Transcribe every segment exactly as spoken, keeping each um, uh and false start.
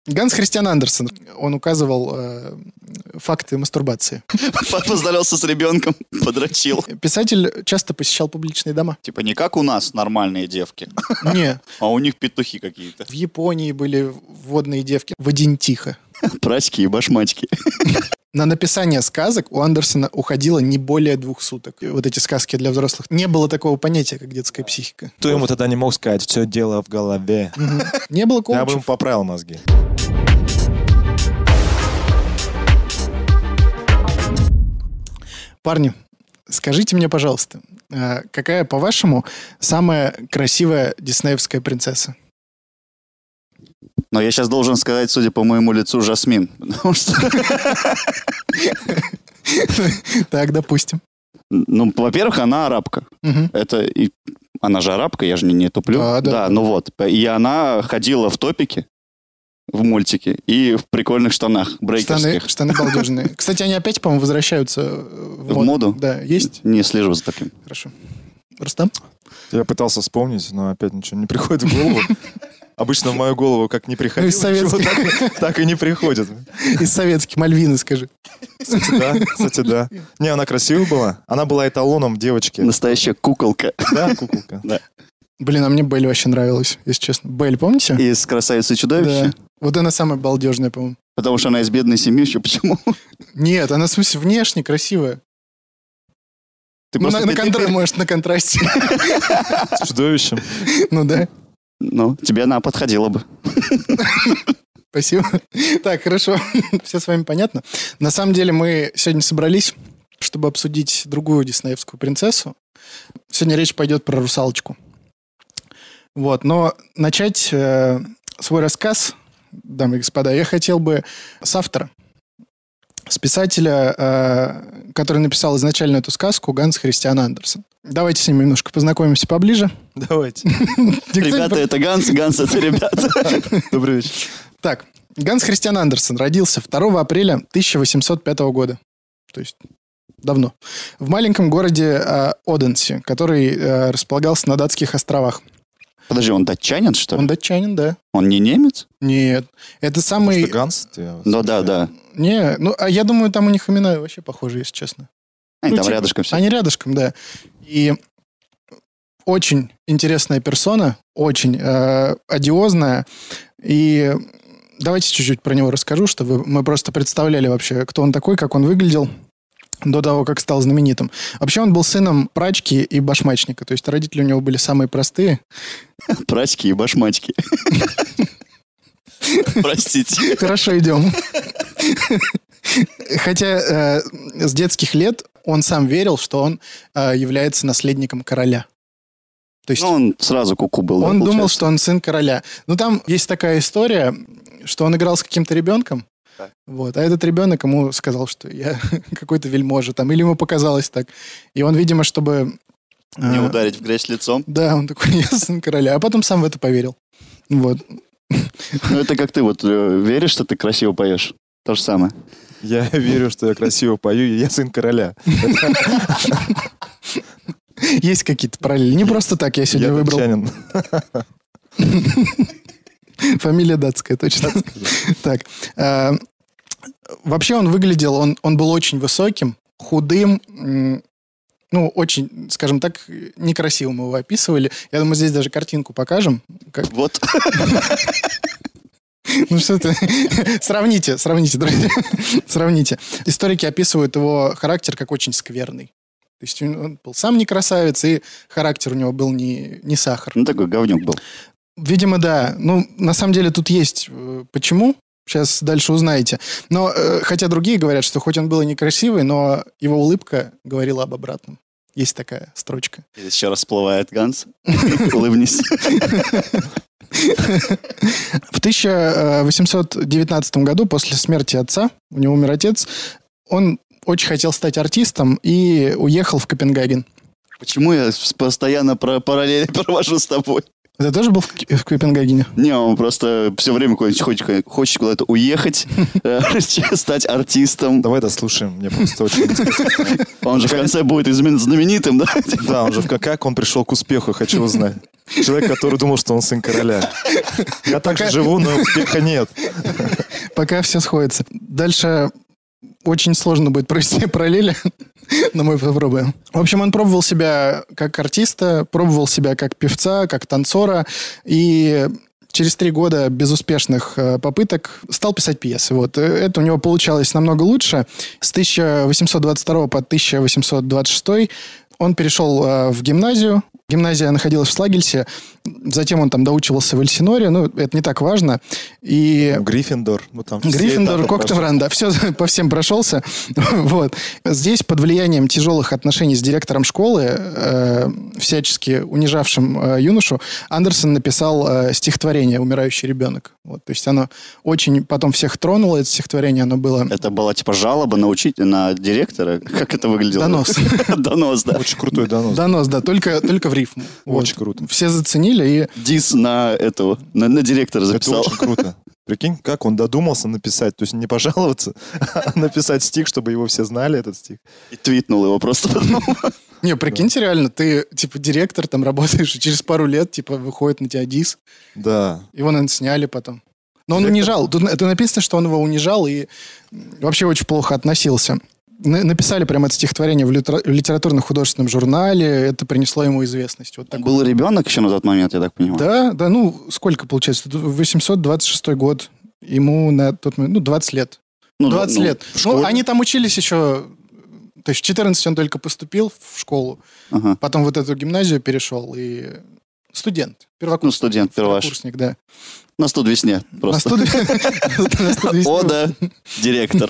Ганс Христиан Андерсен, он указывал э, факты мастурбации. Поздоровался с ребенком, подрочил. Писатель часто посещал публичные дома. Типа не как у нас нормальные девки, Не, а у них петухи какие-то. в Японии были водные девки. Водентиха. Прачки и башмачки. На написание сказок у Андерсена уходило не более двух суток. Вот эти сказки для взрослых. Не было такого понятия, как детская психика. Кто ему тогда не мог сказать, все дело в голове. Мгм. Не было Я бы ему коучев. поправил мозги. Парни, скажите мне, пожалуйста, а какая, по-вашему, самая красивая диснеевская принцесса? Но я сейчас должен сказать, судя по моему лицу, Жасмин. Потому что, Так, допустим. ну, во-первых, она арабка. Мгм. Это и... Она же арабка, я же не, не туплю. Да, да. ну вот. И она ходила в топике в мультике и в прикольных штанах Штаны, брейкерских. штаны балдежные. Кстати, они опять, по-моему, возвращаются в В моду? Да, есть? Не слежу за таким. Хорошо. Рустам? Я пытался вспомнить, но опять ничего не приходит в голову. Обычно в мою голову как не приходило, Ну, из советских. ничего так, так и не приходит. Из советских. Мальвины, скажи. Кстати, да, кстати, да. Не, она красивая была. Она была эталоном девочки. Настоящая куколка. Да, куколка. Да. Блин, а мне Белль вообще нравилась, если честно. Белль, помните? Из «Красавицы и чудовища». Да. Вот она самая балдежная, по-моему. Потому что она из бедной семьи еще. Почему? Нет, она, в смысле, внешне красивая. Ты Ну, просто... на, на ты- контра- ты- может, на контрасте. С чудовищем. Ну да. Ну, тебе она подходила бы. Спасибо. Так, хорошо. Все с вами понятно. На самом деле мы сегодня собрались, чтобы обсудить другую диснеевскую принцессу. Сегодня речь пойдет про русалочку. Вот, но начать э, свой рассказ, дамы и господа, я хотел бы с автора, с писателя, э, который написал изначально эту сказку, Ганс Христиан Андерсен. Давайте с ним немножко познакомимся поближе. Давайте. Ребята, это Ганс, Ганс, это ребята. Добрый вечер. Так, Ганс Христиан Андерсен родился второго апреля тысяча восемьсот пятого года. То есть давно. В маленьком городе э, Оденсе, который э, располагался на Датских островах. Подожди, он датчанин, что ли? Он датчанин, да. Он не немец? Нет. Это самый... Что, Ганс? Ты- Ну да, да. Не, ну, а я думаю, там у них имена вообще похожи, если честно. Они Ну, там типа, рядышком все. Они рядышком, да. И очень интересная персона, очень э, одиозная. И давайте чуть-чуть про него расскажу, чтобы мы просто представляли вообще, кто он такой, как он выглядел до того, как стал знаменитым. Вообще он был сыном прачки и башмачника. То есть родители у него были самые простые. Прачки и башмачки. Простите. Хорошо, идем. Хотя э, с детских лет он сам верил, что он э, является наследником короля. То есть Ну, он сразу куку был. да, он думал, получается? что он сын короля. Ну, там есть такая история, что он играл с каким-то ребенком, Так. вот, а этот ребенок ему сказал, что я какой-то вельможа, там, или ему показалось так. И он, видимо, чтобы... Не э, ударить в грязь лицом. Да, он такой, я сын короля. А потом сам в это поверил. Вот. Ну, это как ты вот э, веришь, что ты красиво поешь? То же самое. Я верю, что я красиво пою, и я сын короля. Есть какие-то параллели. Не просто так я сегодня Я выбрал. датчанин. Фамилия датская, точно. Так. э, Вообще он выглядел, он, он был очень высоким, худым, м, ну, очень, скажем так, некрасиво мы его описывали. Я думаю, здесь даже картинку покажем. Как- Вот. Ну, что это? Сравните, сравните, друзья. Сравните. Историки описывают его характер как очень скверный. То есть он он был сам не красавец, и характер у него был не, не сахар. Ну, такой говнюк был. Видимо, да. Ну, на самом деле тут есть э, почему. Сейчас дальше узнаете. Но, э, хотя другие говорят, что хоть он был и некрасивый, но его улыбка говорила об обратном. Есть такая строчка. Здесь еще раз всплывает Ганс. Улыбнись. В тысяча восемьсот девятнадцатом году, после смерти отца, у него умер отец, он очень хотел стать артистом и уехал в Копенгаген. Почему я с- постоянно про параллели провожу с тобой? Ты тоже был в, К- в Копенгагене? Не, он просто все время куда-нибудь хочет, хочет куда-то уехать, э, стать артистом. Давай дослушаем, мне просто очень интересно. Он же в конце будет измен- знаменитым, да? Да, он же в- как он пришел к успеху, хочу узнать. Человек, который думал, что он сын короля. Я так же живу, но успеха нет. Пока все сходится. Дальше очень сложно будет провести параллели, но мы попробуем. В общем, он пробовал себя как артиста, пробовал себя как певца, как танцора, и через три года безуспешных попыток стал писать пьесы. Вот. Это у него получалось намного лучше. С тысяча восемьсот двадцать второго по тысяча восемьсот двадцать шестой он перешел в гимназию. Гимназия находилась в Слагельсе. Затем он там доучивался в Эльсиноре. Ну, это не так важно. И... Ну, Гриффиндор. Ну, там Гриффиндор, Коктевран, да, все, по всем прошелся. Вот. Здесь под влиянием тяжелых отношений с директором школы, э, всячески унижавшим э, юношу, Андерсон написал э, стихотворение «Умирающий ребенок». Вот. То есть оно очень потом всех тронуло, это стихотворение, оно было... Это была типа жалоба на учителя, на директора? Как это выглядело? Донос. Донос, да. Очень крутой донос. Донос, да, только, только в рифму. Очень Вот. круто. Все заценили и... Дис на этого, на, на директора записал. Это очень круто. Прикинь, как он додумался написать, то есть не пожаловаться, а написать стих, чтобы его все знали, этот стих. И твитнул его просто. Не, прикиньте, реально, ты, типа, директор, там работаешь, и через пару лет, типа, выходит на тебя дис. Да. Его, наверное, сняли потом. Но он Директор? унижал. Тут это написано, что он его унижал и вообще очень плохо относился. На- Написали прямо это стихотворение в литера- в литературно-художественном журнале. Это принесло ему известность. Вот Он такой. был ребенок еще на тот момент, я так понимаю. Да, да, ну, сколько получается? восемьсот двадцать шестой год. Ему на тот момент, ну, двадцать лет. Ну, да, двадцать ну, лет. в Ну, школе? они там учились еще... То есть в четырнадцать он только поступил в школу. Ага. Потом вот эту гимназию перешел и... Студент. Первокурсник. Ну, студент, перваш. Первокурсник, да. На студ весне На просто. студ- на студ весны. О, да, директор.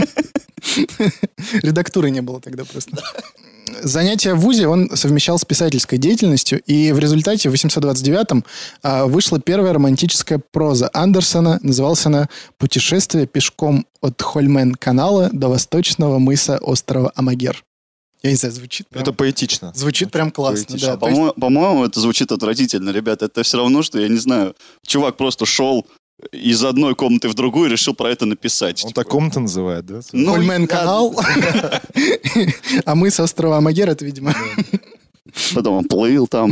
Редактуры не было тогда просто. Занятия в ВУЗе он совмещал с писательской деятельностью, и в результате в восемьсот двадцать девятом а, вышла первая романтическая проза Андерсона. Называлась она «Путешествие пешком от Хольмен-канала до восточного мыса острова Амагер». Я не знаю, звучит прям, Это поэтично. звучит прям классно. Поэтично. Да. То есть- По-моему, по-моему, это звучит отвратительно, ребята. Это все равно, что, я не знаю, чувак просто шел из одной комнаты в другую и решил про это написать. Он Типа, так комнату называет, да? ну, Хольмен-канал, а мыс острова Амагер, это, видимо... я- Потом он плыл там.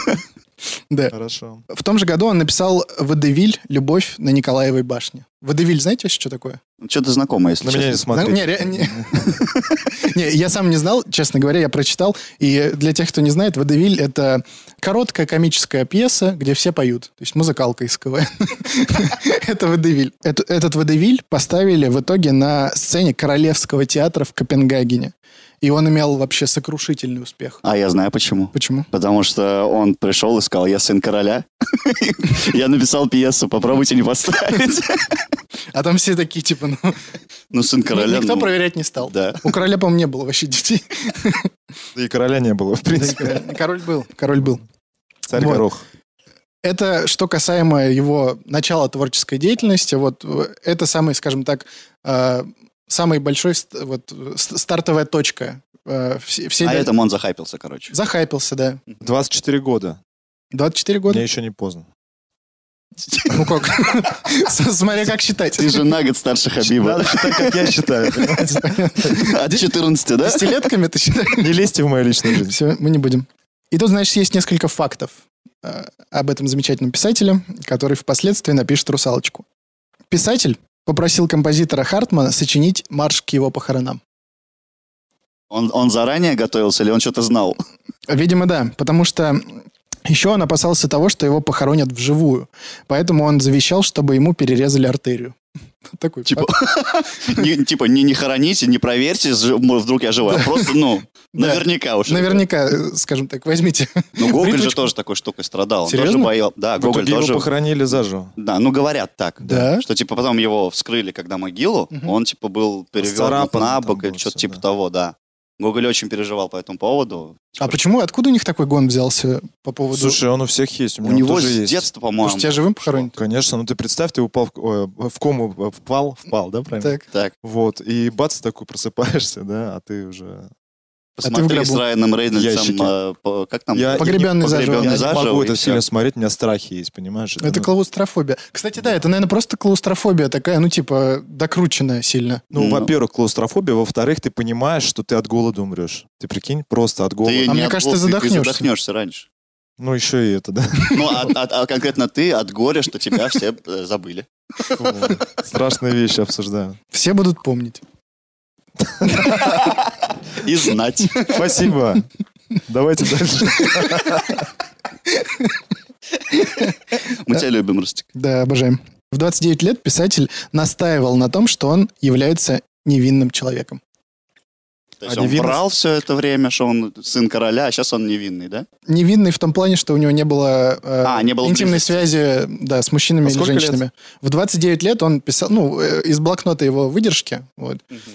Да. Хорошо. В том же году он написал «Водевиль. Любовь на Николаевой башне». Водевиль, знаете вообще, что такое? Что-то знакомое, если На меня не честно. смотри. Не, ре- не. Не, я сам не знал, честно говоря, я прочитал. И для тех, кто не знает, «Водевиль» — это короткая комическая пьеса, где все поют. То есть музыкалка из КВН. Это «Водевиль». Эту- Этот «Водевиль» поставили в итоге на сцене Королевского театра в Копенгагене. И он имел вообще сокрушительный успех. А я знаю почему. Почему? Потому что он пришел и сказал, я сын короля. Я написал пьесу, попробуйте не поставить. А там все такие, типа, ну... Ну, сын короля. Никто ну, проверять не стал. Да. У короля, по-моему, не было вообще детей. Да и короля не было, в принципе. Король был. Король был. Царь Вот. Горох. Это что касаемо его начала творческой деятельности. Вот э, это самый, скажем так, э, самый большой ст- вот, с- стартовая точка. э, все- всей А до- этому он захайпился, короче. Захайпился, да. двадцать четыре года. двадцать четыре года? Мне еще не поздно. Ну как? С- Смотря как считать. Ты же на год старше Хабиба. Надо считать, как я считаю. понимаете? От четырнадцати, да? Десятилетками ты считаешь? Не лезьте в мою личную жизнь. Все, мы не будем. И тут, значит, есть несколько фактов э, об этом замечательном писателе, который впоследствии напишет «Русалочку». Писатель попросил композитора Хартмана сочинить марш к его похоронам. Он, он заранее готовился или он что-то знал? Видимо, да, потому что еще он опасался того, что его похоронят вживую. Поэтому он завещал, чтобы ему перерезали артерию. Такой Типа, факт. не, типа не, не хороните, не проверьте, ж- может, вдруг я живой. А просто, ну, Да. наверняка уж. Наверняка, э, скажем так, возьмите. Ну, Гоголь же бритвочку. тоже такой штукой страдал. Он Серьезно? тоже боял. Да, В Гоголь итоге его тоже. похоронили заживо. Да, ну говорят так. Да? Что типа потом его вскрыли, когда могилу, Мгм. он типа был перевернут Сцарапан на там бок или был что-то всё, типа да. того, да. Гоголь очень переживал по этому поводу. А почему, откуда у них такой гон взялся по поводу... Слушай, он у всех есть. У, У меня него тоже с есть. детства, Потому по-моему. что тебя живым похоронят? Конечно, ну ты представь, ты упал в, ой, в кому, э, впал, впал, да, правильно? Так. Так, Вот, и бац, такой просыпаешься, да, а ты уже... посмотри гробу. с Райаном Рейнольдсом, Ящики. а, по- как там? Я- Погребенный заживо. Погребенный Я не заживо, могу и этот всё. фильм смотреть, у меня страхи есть, понимаешь? Это ну, клаустрофобия. Кстати, да, это, наверное, просто клаустрофобия такая, ну, типа, докрученная сильно. Ну, Ну. во-первых, клаустрофобия, во-вторых, ты понимаешь, что ты от голода умрешь. Ты прикинь, просто от голода. Ты А не мне от кажется, голода, ты ты задохнешься. задохнешься раньше. Ну, еще и это, да. Ну, а, а- а конкретно ты от горя, что тебя все э, забыли. Фу, страшные вещи обсуждаем. Все будут помнить. И знать. Спасибо. Давайте дальше. Мы тебя любим, Рустик. Да, обожаем. В двадцать девять лет писатель настаивал на том, что он является невинным человеком. То есть А он невинность? врал все это время, что он сын короля, а сейчас он невинный, да? Невинный в том плане, что у него не было, э, А, не было интимной близости. связи, да, с мужчинами А или сколько лет? женщинами. В двадцать девять лет он писал, ну, э, из блокнота его выдержки. Вот.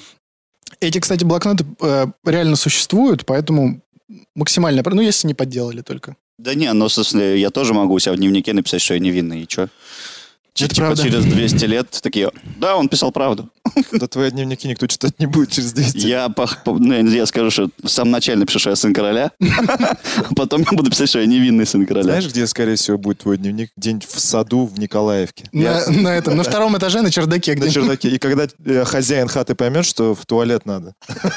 Эти, кстати, блокноты э, реально существуют, поэтому максимально, ну, если не подделали только. Да не, ну, в смысле, я тоже могу у себя в дневнике написать, что я невинный, и что? Это Типа правда. через двести лет такие, да, он писал правду. Да твои дневники никто читать не будет через двести. Я, пох- по- ну, я я скажу, что в самом начале напишу, что я сын короля, а потом я буду писать, что я невинный сын короля. Знаешь, где, скорее всего, будет твой дневник? Где-нибудь в саду в Николаевке. На, на этом, на втором этаже, на чердаке. На Где... чердаке. И когда э, хозяин хаты поймет, что в туалет надо.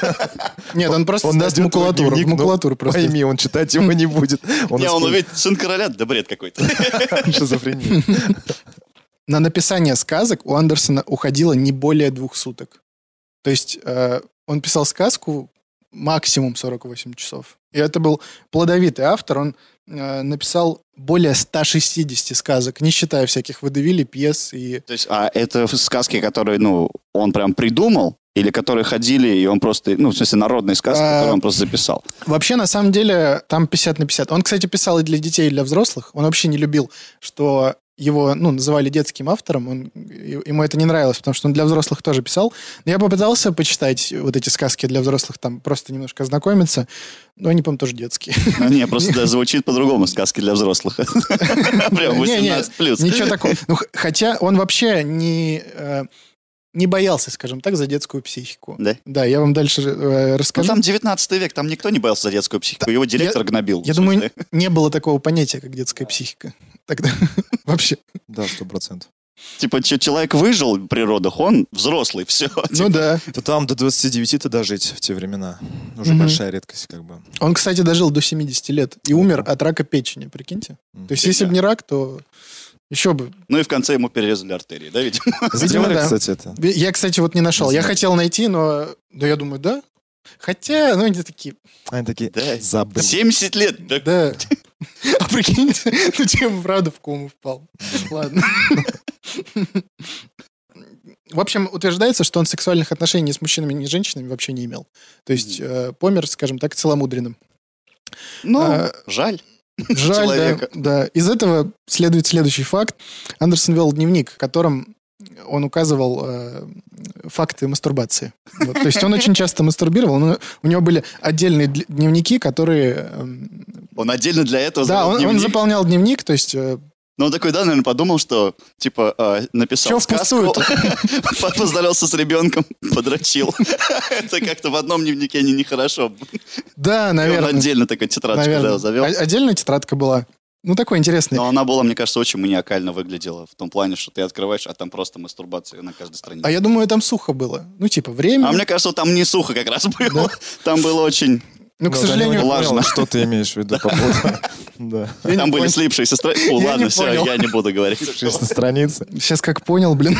Нет, он просто Он даст найдет твой макулатуру. дневник, но макулатуру просто. Пойми, он читать его не будет. Он Не, он использует увидит сын короля, да бред какой-то. шизофрению. На написание сказок у Андерсона уходило не более двух суток. То есть э, он писал сказку максимум сорок восемь часов. И это был плодовитый автор. Он э, написал более ста шестидесяти сказок, не считая всяких водевилей, пьес и... То есть, а это сказки, которые, ну, он прям придумал, или которые ходили, и он просто, ну, в смысле, народные сказки, А, которые он просто записал? Вообще, на самом деле, там пятьдесят на пятьдесят. Он, кстати, писал и для детей, и для взрослых. Он вообще не любил, что его, ну, называли детским автором. Он, и- ему это не нравилось, потому что он для взрослых тоже писал. Но я попытался почитать вот эти сказки для взрослых, там просто немножко ознакомиться. Но они, по-моему, тоже детские. Ну, не, просто да, звучит по-другому, сказки для взрослых. Прям Не, не, восемнадцать плюс. Ничего такого. Ну, х- хотя он вообще не, э, не боялся, скажем так, за детскую психику. Да? Да, я вам дальше э, Ну, расскажу. там девятнадцатый век, там никто не боялся за детскую психику, его директор гнобил. Я в думаю, смысле. не было такого понятия, как детская психика. Тогда вообще. Да, сто процентов. Типа, че- человек выжил в природах, он взрослый, все. Ну да. То там до двадцати девяти-то дожить в те времена. Уже Мгм. большая редкость, как бы. Он, кстати, дожил до семидесяти лет и умер от рака печени, прикиньте. Мгм. То есть, если бы не рак, то еще бы. Ну и в конце ему перерезали артерии, да, видимо? Сделали, да. кстати, это. Я, кстати, вот не нашел. Не Я знаю. хотел найти, но... Да, я думаю, да. Хотя, ну, они такие... Они такие, Да. забыл. семьдесят лет. да. Да. А прикиньте, ну, чем правда в кому впал. Ладно. В общем, утверждается, что он сексуальных отношений ни с мужчинами, ни с женщинами вообще не имел. То есть э, помер, скажем так, целомудренным. Ну, А, жаль. Жаль, Человека. да, да. Из этого следует следующий факт. Андерсон вел дневник, в котором он указывал э, факты мастурбации. Вот. То есть он очень часто мастурбировал, но у него были отдельные дл- дневники, которые... эм, Он отдельно для этого да, завел он, он дневник. заполнял дневник, то есть... э, Но он такой, да, наверное, подумал, что, типа, э, написал Чё сказку, впустую-то? поздоровался с ребенком, подрочил. Это как-то в одном дневнике не нехорошо. Да, И он наверное. отдельно такой тетрадочку наверное. да, завел. О- Отдельная тетрадка была. Ну, такой интересный. Но она была, мне кажется, очень маниакально выглядела. В том плане, что ты открываешь, а там просто мастурбация на каждой странице. А я думаю, там сухо было. Ну, типа, время. А мне кажется, там не сухо как раз было. Там было очень... Ну, к Ну, сожалению... Данила не влажно. понял, что ты имеешь в виду по поводу... Да. я не Там были понял. слипшиеся страницы. О, Я ладно, не все, понял. я не буду говорить. Шесть на странице. Сейчас как понял, блин.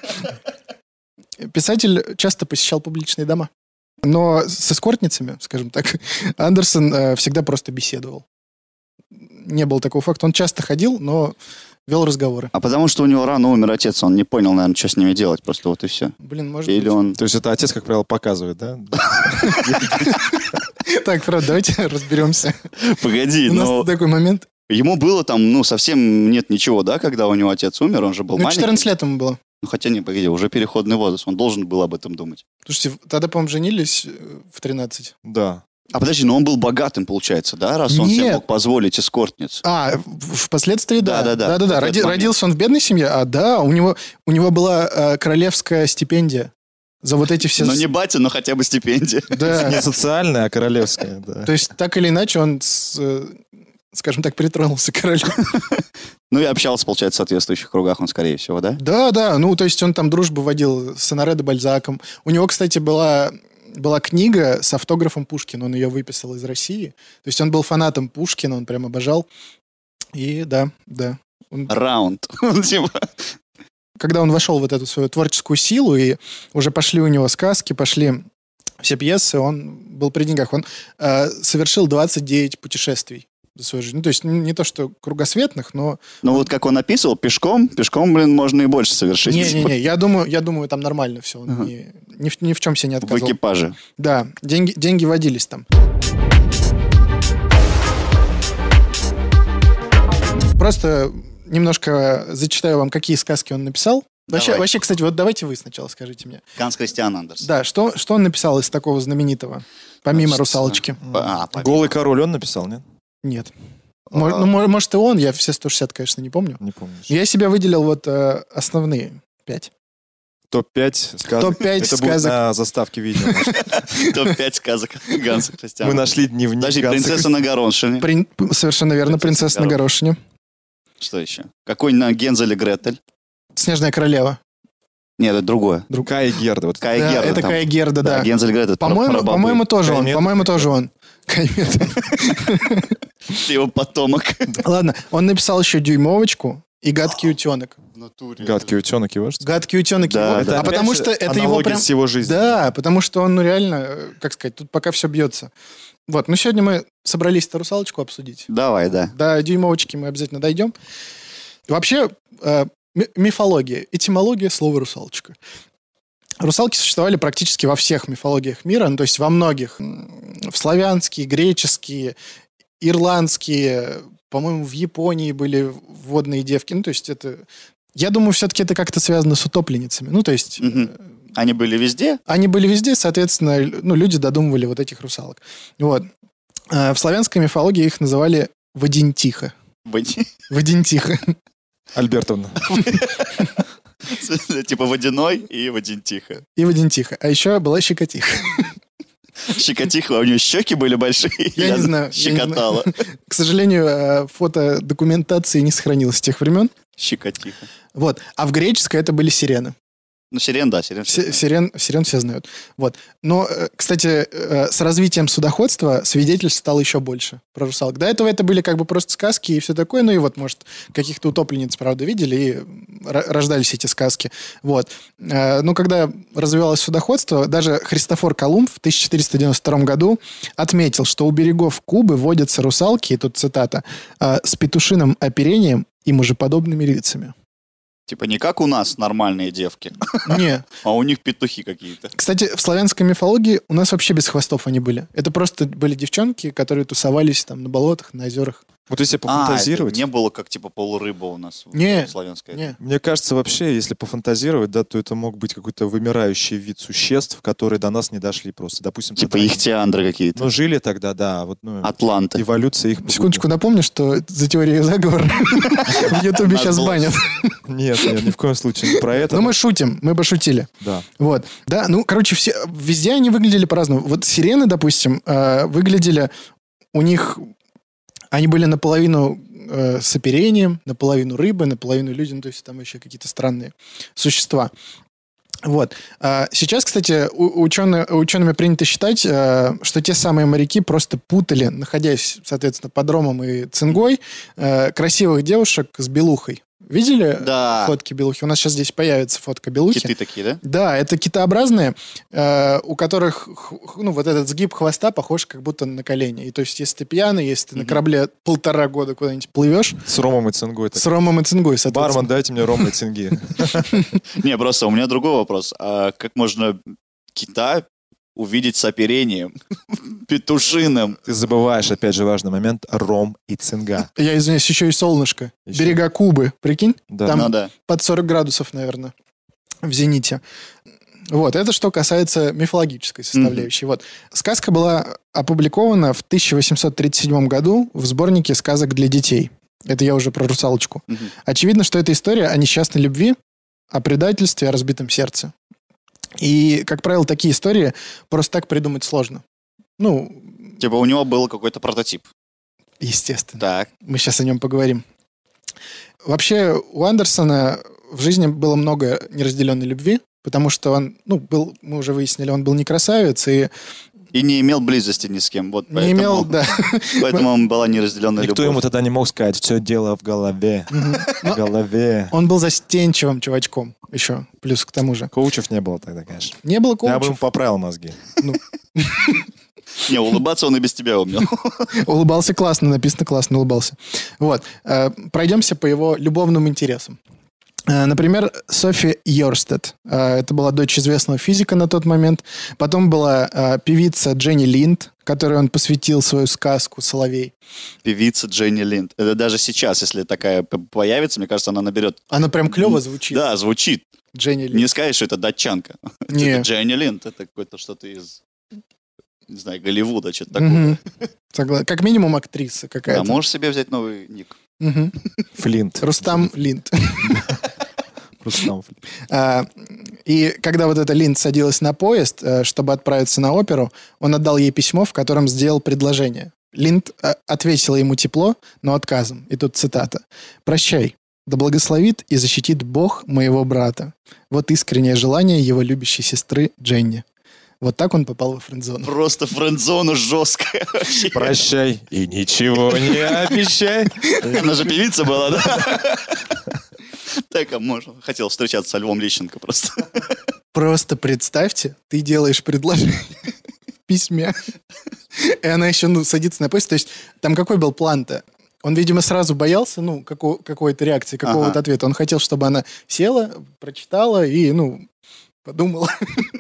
Писатель часто посещал публичные дома. Но с эскортницами, скажем так, Андерсон э, всегда просто беседовал. Не было такого факта. Он часто ходил, но вел разговоры. А потому что у него рано умер отец, он не понял, наверное, что с ними делать. Просто вот и все. Блин, может Или быть. он... То есть это отец, как правило, показывает, да? Так, правда, давайте разберемся. Погоди, У нас но такой момент. ему было там, ну, совсем нет ничего, да, когда у него отец умер, он же был Ну, маленький. четырнадцать лет ему было. Ну, хотя не, погоди, уже переходный возраст, он должен был об этом думать. Слушайте, тогда, по-моему, женились э, в тринадцать. Да. А подожди, но он был богатым, получается, да, раз он себе Нет. мог позволить эскортниц? А, в- впоследствии, да. Да-да-да. Да-да-да. Вот Роди- этот момент. родился он в бедной семье, а да, у него, у него была э, королевская стипендия за вот эти все... Ну, с- не батя, но хотя бы стипендия. Да. Не социальная, а королевская, да. То есть, так или иначе, он, с, э, скажем так, притронулся к королю. Ну, и общался, получается, в соответствующих кругах он, скорее всего, да? Да, да, ну, то есть он там дружбу водил с Оноре де Бальзаком. У него, кстати, была, была книга с автографом Пушкина, он ее выписал из России. То есть он был фанатом Пушкина, он прям обожал. И да, да. Он- Раунд. Типа, Когда он вошел в вот эту свою творческую силу, и уже пошли у него сказки, пошли все пьесы, он был при деньгах. Он э, совершил двадцать девять путешествий за свою жизнь. Ну, то есть не не то, что кругосветных, но... Ну вот как он описывал, пешком, пешком, блин, можно и больше совершить. Не-не-не, я думаю, я думаю, там нормально все. Он Ага. ни, ни в, ни в чем себе не В отказал. экипаже. Да, деньги, деньги водились там. Просто немножко зачитаю вам, какие сказки он написал. Вообще, Давай. вообще, кстати, вот давайте вы сначала скажите мне. Ганс Христиан Андерс. Да, что, что он написал из такого знаменитого, помимо Значит, «Русалочки»? А, помимо. Голый король он написал, нет? Нет. А. Мо- ну, мо- может, и он, я все сто шестьдесят, конечно, не помню. Не помнишь. Я себе выделил вот э, основные пять. топ пять сказок. топ пять Это будет сказок. на заставке видео. топ пять сказок Ганса Христиана. Мы нашли дневник Подожди, Ганса принцесса на горошине. Прин- Совершенно верно, Принцесса «Принцесса на на горошине». Что еще? Какой на Гензель и Гретель? «Снежная королева». Нет, это другое. Кая Герда. Вот. Кая Да, Герда это там. Кая Герда, Да, да. Гензель и Гретель. про- По-моему, про бабы. по-моему, тоже он. Каймет, По-моему, Каймет. тоже он. Каймет. Ты его потомок. Ладно, он написал еще «Дюймовочку» и «Гадкий утенок». В натуре. Гадкий утенок его, что ли? «Гадкий утенок» Да, его. это А опять потому же что это его аналогия прям... с его жизнью. Да, потому что он, ну, реально, э, как сказать, тут пока все бьется. Вот, ну, сегодня мы собрались-то «Русалочку» обсудить. Давай, да. До «Дюймовочки» мы обязательно дойдем. Вообще, э, ми- мифология, этимология слова «русалочка». Русалки существовали практически во всех мифологиях мира, ну, то есть во многих. М, В славянские, греческие, ирландские, по-моему, в Японии были водные девки. Ну, то есть это... Я думаю, все-таки это как-то связано с утопленницами. Ну, то есть... Мгм. э, Они были везде? Они были везде, соответственно, л- ну, люди додумывали вот этих русалок. Вот. А в славянской мифологии их называли Водентиха. Води- Водентиха. Альбертовна. Типа водяной и водентиха. И Водентиха. А еще была Щекотиха. Щекотиха, а у нее щеки были большие. Я не знаю, я не Щекотала. К сожалению, э, фото документации не сохранилось с тех времен. Щекотиха. Вот. А в греческой это были сирены. Ну, сирен, да, сирен. Си- Сирен, сирен все знают. Вот. Но, э, кстати, э, с развитием судоходства свидетельств стало еще больше про русалок. До этого это были как бы просто сказки и все такое. Ну и вот, может, каких-то утопленниц, правда, видели, и р- рождались эти сказки. Вот. Э, Ну, когда развивалось судоходство, даже Христофор Колумб в тысяча четыреста девяносто втором году отметил, что у берегов Кубы водятся русалки, и тут цитата, «э, с петушиным оперением и мужеподобными лицами». Типа не как у нас нормальные девки, Не. а у них петухи какие-то. Кстати, в славянской мифологии у нас вообще без хвостов они были. Это просто были девчонки, которые тусовались там на болотах, на озерах. Вот если А, пофантазировать, это не было как типа полурыба у нас в Не, славянской. Не. мне кажется, вообще, если пофантазировать, да, то это мог быть какой-то вымирающий вид существ, которые до нас не дошли просто. Допустим, Типа тогда они- ихтиандры какие-то. Ну, жили тогда, да, вот, ну, Атланты. эволюция их... Секундочку, напомню, что за теорию заговора в Ютубе Надо сейчас было. банят. Нет, нет, ни в коем случае не про это. Но мы шутим, мы пошутили. Да. Вот. Да, ну, короче, все, везде они выглядели по-разному. Вот сирены, допустим, э, выглядели... У них... Они были наполовину э, с оперением, наполовину рыбы, наполовину люди. Ну, то есть там еще какие-то странные существа. Вот. А сейчас, кстати, у- ученые, учеными принято считать, э, что те самые моряки просто путали, находясь, соответственно, под Ромом и Цингой, э, красивых девушек с белухой. Видели Да. фотки белухи? У нас сейчас здесь появится фотка белухи. Киты такие, да? Да, это китообразные, э, у которых х- х- ну, вот этот сгиб хвоста похож как будто на колени. И то есть, если ты пьяный, если ты на Мгм. корабле полтора года куда-нибудь плывешь, С Ромом и Цингой. так. с Ромом и Цингой, соответственно. Бармен, дайте мне Рома и Цинги. Не, просто у меня другой вопрос. А как можно кита увидеть с оперением петушиным? Ты забываешь, опять же, важный момент, Ром и Цинга. Я извиняюсь, еще и солнышко. Еще. Берега Кубы, прикинь? Да. Там- Ну да. Под сорок градусов, наверное, в зените. Вот, это что касается мифологической составляющей. Вот. Сказка была опубликована в тысяча восемьсот тридцать седьмом году в сборнике сказок для детей. Это я уже про русалочку. Мгм. Очевидно, что это история о несчастной любви, о предательстве, о разбитом сердце. И, как правило, такие истории просто так придумать сложно. Ну, Типа у него был какой-то прототип. естественно. Так. Мы сейчас о нем поговорим. Вообще, у Андерсона в жизни было много неразделенной любви, потому что он, ну, был, мы уже выяснили, он был не красавец, и И не имел близости ни с кем. Вот Не поэтому, имел, да. Поэтому была неразделенная Никто любовь. ему тогда не мог сказать, все дело в голове. В голове. Он был застенчивым чувачком еще, плюс к тому же. Коучев не было тогда, конечно. Не было Я бы ему коучев. поправил мозги. Не, улыбаться он и без тебя умел. Улыбался классно, написано классно, улыбался. Вот. Э, Пройдемся по его любовным интересам. Э, Например, Софи Йорстед. Э, Это была дочь известного физика на тот момент. Потом была э, певица Дженни Линд, которой он посвятил свою сказку «Соловей». Певица Дженни Линд. Это даже сейчас, если такая п- появится, мне кажется, она наберет... Она прям клево звучит. Да, звучит. Дженни Линд. Не скажешь, что это датчанка. Не. Это Дженни Линд. Это какое-то что-то из, не знаю, Голливуда, что-то такое. Мгм. Согла- Как минимум актриса Да, какая-то. можешь себе взять новый ник. Мгм. Флинт. Рустам Линд. Рустам Флинт. А, И когда вот эта Линд садилась на поезд, э, чтобы отправиться на оперу, он отдал ей письмо, в котором сделал предложение. Линд э, ответила ему тепло, но отказом. И тут цитата. «Прощай. Да благословит и защитит Бог моего брата. Вот искреннее желание его любящей сестры Дженни». Вот так он попал во френдзону. Просто френдзона жесткая вообще. Прощай и ничего не обещай. Она же певица была, да? Так, а можно. Хотел встречаться со Львом Лещенко просто. Просто представьте, ты делаешь предложение в письме, и она еще ну, садится на поезд. То есть там какой был план-то? Он, видимо, сразу боялся, ну, како- какой-то реакции, какого-то Ага. ответа. Он хотел, чтобы она села, прочитала и, ну, подумала.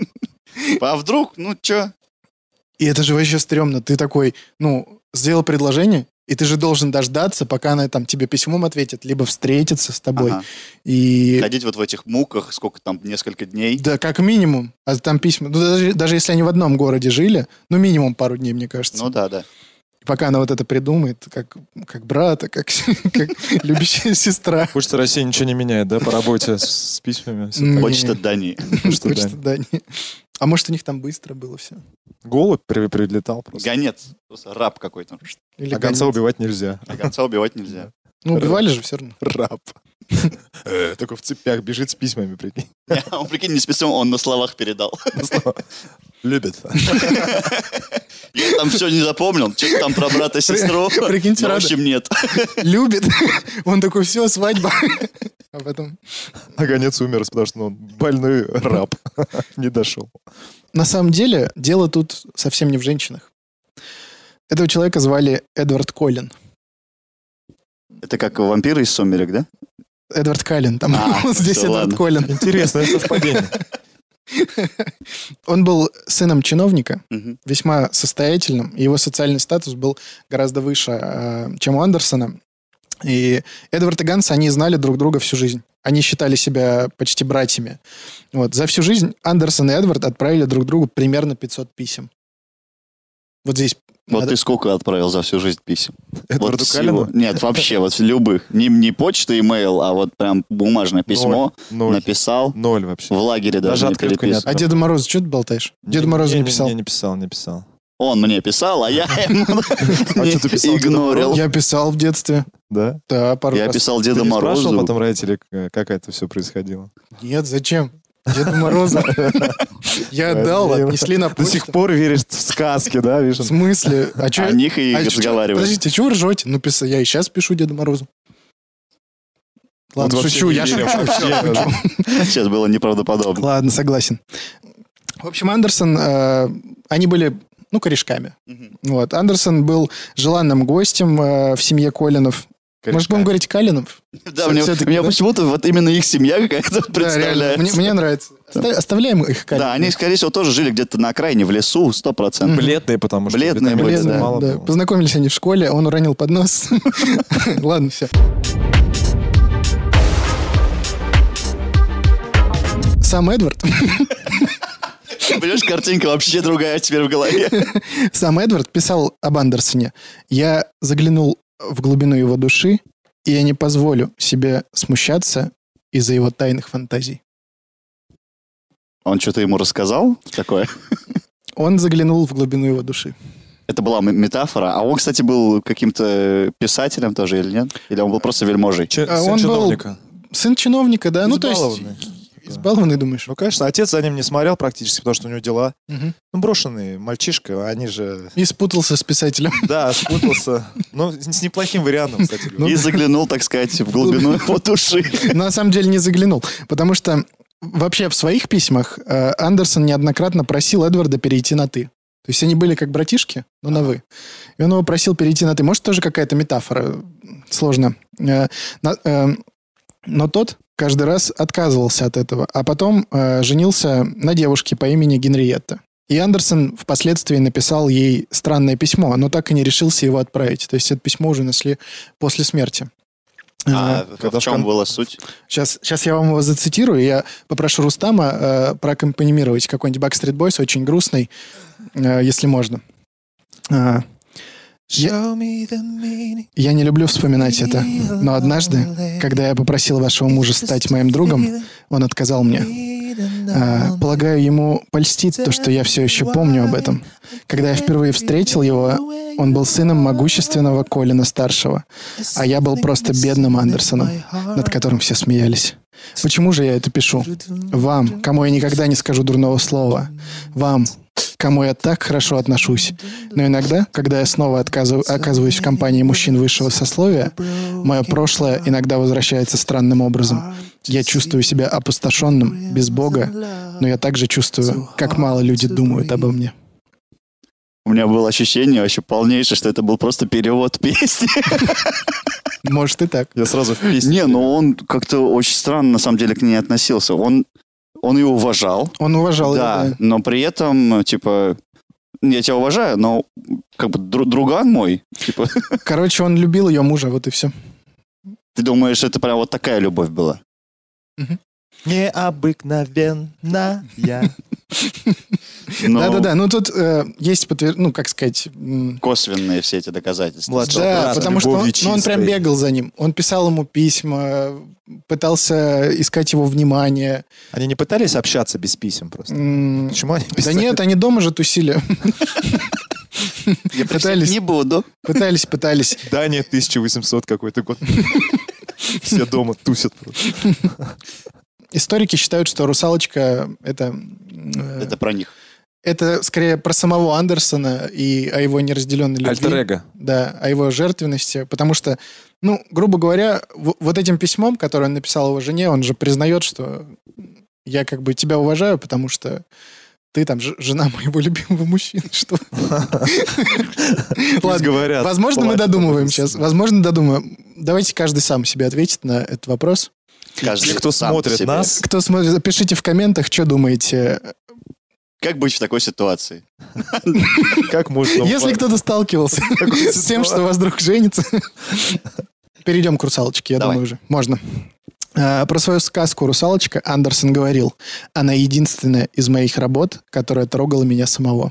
А вдруг, ну чё? И это же вообще стрёмно. Ты такой, ну, сделал предложение, и ты же должен дождаться, пока она там тебе письмом ответит, либо встретится с тобой. Ага. И... Ходить вот в этих муках, сколько там, несколько дней. Да, как минимум. А там письма... Ну, даже, даже если они в одном городе жили, ну, минимум пару дней, мне кажется. Ну да, да. Пока она вот это придумает, как, как брата, как, как любящая сестра. Почта России ничего не меняет, да, по работе с, с письмами? всё М. так. Почта Дании. Почта Почта Дании. Дании. А может, у них там быстро было все? Голубь при- прилетал просто. Гонец. Просто раб какой-то. Или А гонца гонец? убивать нельзя. А гонца убивать нельзя. Ну, убивали же все равно. Раб. Э, Только в цепях бежит с письмами, прикинь. Он, прикинь, не с письмом, он на словах передал. Любит. Я там все не запомнил. Что там про брата и сестру? Прикиньте, Ну, в рада. общем, нет. Любит. Он такой, все, свадьба. А потом... А гонец умер, потому что ну, он больной раб. Не дошел. На самом деле, дело тут совсем не в женщинах. Этого человека звали Эдвард Коллин. Это как вампиры из «Сумерек», да? Эдвард Каллен. Там А, здесь всё, Эдвард ладно. Коллин. Интересное совпадение. Он был сыном чиновника, Мгм. весьма состоятельным. И его социальный статус был гораздо выше, э, чем у Андерсона. И Эдвард и Ганс, они знали друг друга всю жизнь. Они считали себя почти братьями. Вот. За всю жизнь Андерсон и Эдвард отправили друг другу примерно пятьсот писем. Вот здесь... Вот надо- ты сколько отправил за всю жизнь писем? Эдварду Вот всего. Каллину? Нет, вообще, вот любых. Не, не почта, имейл, а вот прям бумажное письмо Ноль. написал. Ноль вообще. В лагере даже, Даже не открытку не переписывал. А Деду Морозу что ты болтаешь? Деду Морозу не, не писал. Не, не писал, не писал. Он мне писал, а я ему что ты писал Деду игнорил. Я писал в детстве. Да? Да, пару Я раз. писал Ты Деду не спрашивал Морозу. потом родителей, э, как это все происходило? Нет, зачем? Деду Морозу. Я отдал, Блин. отнесли на До почту. сих пор веришь в сказки, да, В Вишен? смысле? А чё- О них и а чё- разговаривать. Подождите, чего вы ржете? Ну, писал, я и сейчас пишу Деду Морозу. Ладно, Вот вообще шучу, не я верю шучу. вообще. шучу. Сейчас было неправдоподобно. Ладно, согласен. В общем, Андерсон, э, они были, ну, корешками. Мгм. Вот. Андерсон был желанным гостем э, в семье Коллинов. Может, будем говорить Калинов? Да, мне, Всё-таки, меня да? почему-то вот именно их семья какая-то Да, реально. представляется. Мне, мне нравится. Оста- Оставляем их Калинов. Да, они, скорее всего, тоже жили где-то на окраине, в лесу, сто процентов. Бледные, потому что Бледные витамина были, Д Да, мало да. было. Познакомились они в школе, он уронил поднос. Ладно, все. Сам Эдвард, Понимаешь, картинка вообще другая теперь в голове. сам Эдвард писал об Андерсоне. Я заглянул в глубину его души, и я не позволю себе смущаться из-за его тайных фантазий. Он что-то ему рассказал такое? Он заглянул в глубину его души. Это была м- метафора. А он, кстати, был каким-то писателем тоже или нет? Или он был просто вельможей? Че- А сын он был- чиновника. Сын чиновника, да? Ну, то есть, Избалованный. Избалованный, думаешь? Ну, конечно, отец за ним не смотрел практически, потому что у него дела. Мгм. Ну, брошенный мальчишка, они же... И спутался с писателем. Да, спутался. Ну, с неплохим вариантом, кстати говоря. И заглянул, так сказать, в глубину его души. Но на самом деле не заглянул. Потому что вообще в своих письмах э, Андерсон неоднократно просил Эдварда перейти на «ты». То есть они были как братишки, но на «вы». И он его просил перейти на «ты». Может, тоже какая-то метафора. Сложно. Э, на- э, Но тот каждый раз отказывался от этого. А потом э, женился на девушке по имени Генриетта. И Андерсон впоследствии написал ей странное письмо, но так и не решился его отправить. То есть это письмо уже нашли после смерти. А когда в чем в кон- была суть? Сейчас, сейчас я вам его зацитирую. Я попрошу Рустама э, проаккомпанимировать какой-нибудь Backstreet Boys, очень грустный, э, если можно. Э, я, я не люблю вспоминать это, но однажды, когда я попросил вашего мужа стать моим другом, он отказал мне. Э, полагаю, ему польстит то, что я все еще помню об этом. Когда я впервые встретил его, он был сыном могущественного Колина-старшего, а я был просто бедным Андерсоном, над которым все смеялись. Почему же я это пишу? Вам, кому я никогда не скажу дурного слова. Вам, кому я так хорошо отношусь. Но иногда, когда я снова отказыв- оказываюсь в компании мужчин высшего сословия, мое прошлое иногда возвращается странным образом. Я чувствую себя опустошенным, без Бога, но я также чувствую, как мало люди думают обо мне. У меня было ощущение вообще полнейшее, что это был просто перевод песни. Может и так. Я сразу в песню. Не, но он как-то очень странно, на самом деле, к ней относился. Он, он ее уважал, Он уважал да, ее, да. но при этом, типа, я тебя уважаю, но как бы дру- друган мой, типа, Короче, он любил ее мужа, вот и все. ты думаешь, это прям вот такая любовь была? Необыкновенная. Ну, Да-да-да, ну тут э, есть, подтвер- ну, как сказать... м, косвенные все эти доказательства. Младший Да, брат, потому что он, любовью ну, он прям чистой. бегал за ним. Он писал ему письма, пытался искать его внимание. Они не пытались общаться без писем просто? М, Почему они Да писали? нет, они дома же тусили. Я Пытались, не буду. пытались, пытались. Да, нет, тысяча восемьсот какой-то год. Все дома тусят просто. Историки считают, что «Русалочка» — это... э, Это про них. Это скорее про самого Андерсона и о его неразделенной любви. Альтер-эго. Да, о его жертвенности. Потому что, ну, грубо говоря, в- вот этим письмом, которое он написал его жене, он же признает, что я как бы тебя уважаю, потому что ты там ж- жена моего любимого мужчины. Что? Ладно, говорят. возможно, мы Платят, додумываем пожалуйста. сейчас. Возможно, додумаем. Давайте каждый сам себе ответит на этот вопрос. Каждый Те, кто сам смотрит себе. нас, Кто смотрит, пишите в комментах, что думаете. Как быть в такой ситуации? как можно... Если кто-то сталкивался такой с тем, что ситуации. у вас друг женится. Перейдем к «Русалочке», я Давай. думаю, уже. Можно. А, Про свою сказку «Русалочка» Андерсон говорил: «Она единственная из моих работ, которая трогала меня самого».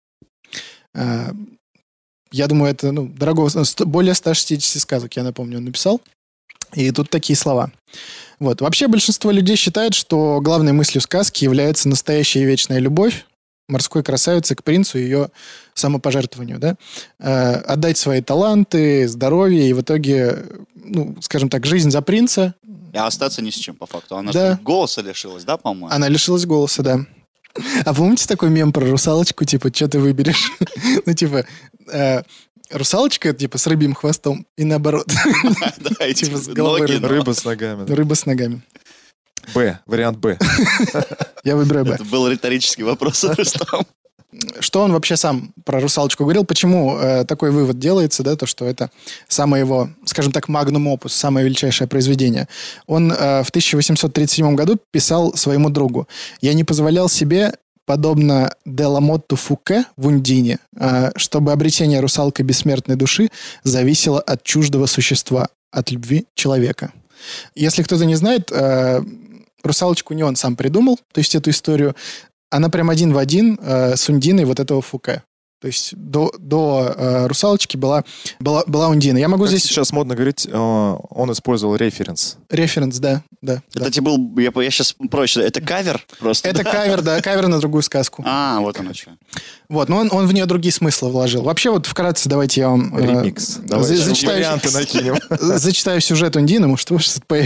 А, Я думаю, это ну, дорого, сто- более ста шестидесяти сказок, я напомню, он написал. И тут такие слова. Вот. Вообще большинство людей считает, что главной мыслью сказки является настоящая и вечная любовь морской красавицы к принцу и ее самопожертвованию. Да? Э, отдать свои таланты, здоровье и в итоге, ну, скажем так, жизнь за принца. А остаться ни с чем, по факту. Она Да. же голоса лишилась, да, по-моему? Она лишилась голоса, да. А помните такой мем про русалочку, типа, что ты выберешь? Ну, типа, э, русалочка, типа, с рыбьим хвостом, и наоборот. Да, эти Типа с головой ноги, рыбы. но Рыба с ногами. да. Рыба с ногами. Б. Вариант Б. Я выбираю Б. Это был риторический вопрос, Рустам. Что он вообще сам про русалочку говорил? Почему э, такой вывод делается, да, то, что это самое его, скажем так, магнум опус, самое величайшее произведение? Он э, в тысяча восемьсот тридцать седьмом году писал своему другу: «Я не позволял себе, подобно Деламотту Фуке в «Ундине», э, чтобы обретение русалкой бессмертной души зависело от чуждого существа, от любви человека». Если кто-то не знает, э, русалочку не он сам придумал, то есть эту историю. Она прям один в один э, с Ундиной вот этого Фуке. То есть до, до э, русалочки была, была, была Ундина. Я могу Как здесь... сейчас модно говорить, э, он использовал референс. Референс, да. да, Это да. тебе был, я, я сейчас проще, это кавер просто? Это да? кавер, да, кавер на другую сказку. А, вот оно что. Вот, но он, он в нее другие смыслы вложил. Вообще вот вкратце давайте я вам... э, Ремикс. Давай за- сейчас зачитаю, варианты накинем. зачитаю сюжет Ундины, может, у вас что-то появится.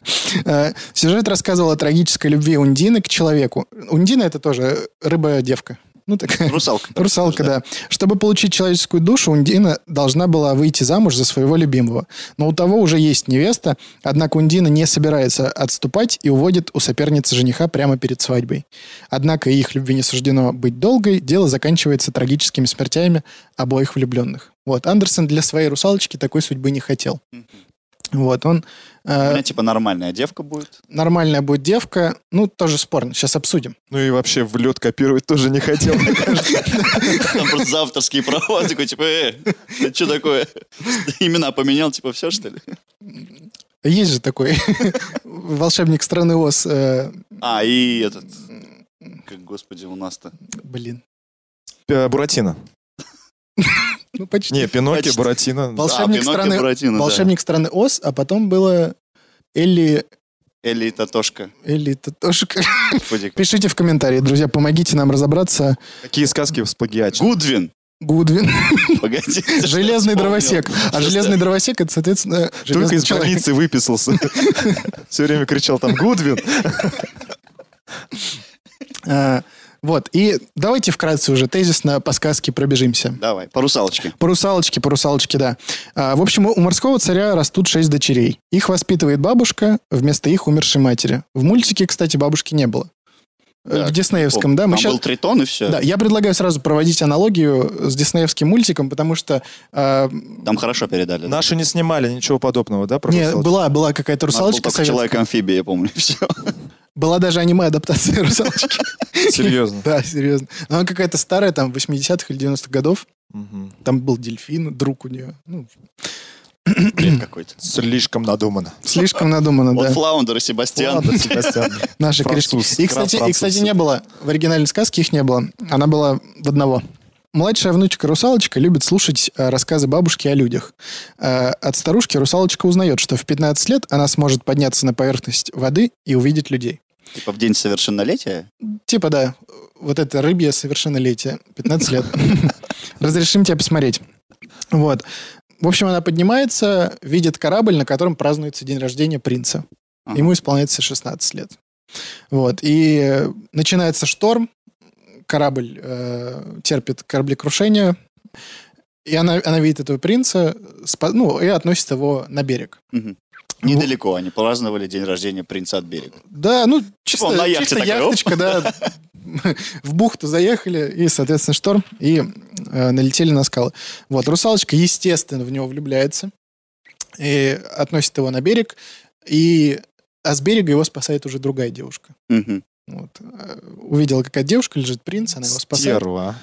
Э, Сюжет рассказывал о трагической любви Ундины к человеку. Ундина — это тоже рыба-девка. Ну, такая... Русалка. Русалка, да. Чтобы получить человеческую душу, Ундина должна была выйти замуж за своего любимого. Но у того уже есть невеста, однако Ундина не собирается отступать и уводит у соперницы жениха прямо перед свадьбой. Однако их любви не суждено быть долгой, дело заканчивается трагическими смертями обоих влюбленных. Вот, Андерсон для своей русалочки такой судьбы не хотел. Вот, он... Э, У меня типа нормальная девка будет. Нормальная будет девка, ну, тоже спорно, сейчас обсудим. Ну и вообще в лед копировать тоже не хотел, мне кажется. Там просто за авторские права, такой, типа, э, это что такое? Имена поменял, типа, все, что ли? Есть же такой волшебник страны Оз. э, А, и этот, как, господи, у нас-то. Блин. П- Буратино. Ну, почти. Не, Пиноккио, Почти. Буратино. Волшебник, Пиноккио, страны, Буратино, да. волшебник страны Оз, а потом было Элли... Элли и Татошка. Элли Татошка. Господи. Пишите в комментарии, друзья, помогите нам разобраться. Какие сказки сплагиачены? Гудвин. Гудвин. Погоди. Железный дровосек. А железный дровосек — это, соответственно, Только железный из человек. больницы выписался. Все время кричал там «Гудвин». А, Вот, и давайте вкратце уже тезисно по сказке пробежимся. Давай, по русалочке. По русалочке, по русалочке, да. А, в общем, у морского царя растут шесть дочерей. Их воспитывает бабушка вместо их умершей матери. В мультике, кстати, бабушки не было. Да, В диснеевском, да. Там Мы щас- был Тритон и все. Да, я предлагаю сразу проводить аналогию с диснеевским мультиком, потому что... а, Там хорошо передали. да? Наши не снимали ничего подобного, да? про не, русалочку? была, была какая-то У нас был русалочка только советская. Человек-амфибия, я помню, все. Была даже аниме-адаптация русалочки. Серьезно? Да, серьезно. Но она какая-то старая, там, восьмидесятых или девяностых годов. Мгм. Там был дельфин, друг у нее. Ну, Бред какой-то. Слишком надумано. слишком надумано, Вот да. Флаундер и Себастьян. Ладно, Себастьян. Наши Француз, корешки. И, кстати, краб и, кстати, француз. не было. В оригинальной сказке их не было. Она была в одного. Младшая внучка Русалочка любит слушать э, рассказы бабушки о людях. Э, от старушки Русалочка узнает, что в пятнадцать лет она сможет подняться на поверхность воды и увидеть людей. Типа в день совершеннолетия. Типа, да, вот это рыбье совершеннолетие. пятнадцать лет. Разрешим тебя посмотреть. Вот. В общем, она поднимается, видит корабль, на котором празднуется день рождения принца. Ага. Ему исполняется шестнадцать лет. Вот. И э, начинается шторм, корабль э, терпит кораблекрушение, и она, она видит этого принца, спа- ну, и относит его на берег. Мгм. Недалеко они праздновали день рождения принца от берега. Да, ну, чисто, он на яхте чисто такой, оп. яхточка, да. В бухту заехали, и, соответственно, шторм, и э, налетели на скалы. Вот, русалочка, естественно, в него влюбляется, и относит его на берег, и, а с берега его спасает уже другая девушка. Мгм. Вот. Э, Увидела, какая девушка, лежит принц, она его спасает. Стерва.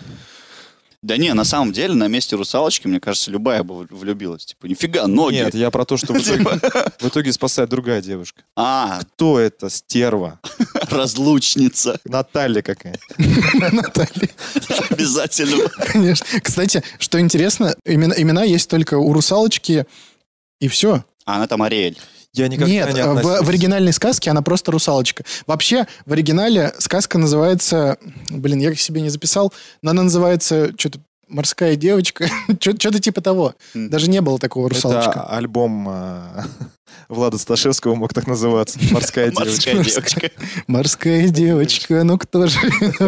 Да не, на самом деле, на месте русалочки, мне кажется, любая бы влюбилась. Типа, нифига, ноги. Нет, я про то, что в итоге, Типа, в итоге спасает другая девушка. А, Кто это? Стерва. разлучница. Наталья какая. Наталья, Обязательно. конечно. Кстати, что интересно, имена, имена есть только у русалочки, и все. А она там Ариэль. Я никогда Нет, не в, относился. в оригинальной сказке она просто русалочка. Вообще, в оригинале сказка называется... Блин, я себе не записал, но она называется что-то «Морская девочка». Что-то типа того. М. Даже не было такого русалочка. Это альбом а, Влада Сташевского мог так называться. «Морская девочка». Морская девочка. «Морская девочка», ну кто же?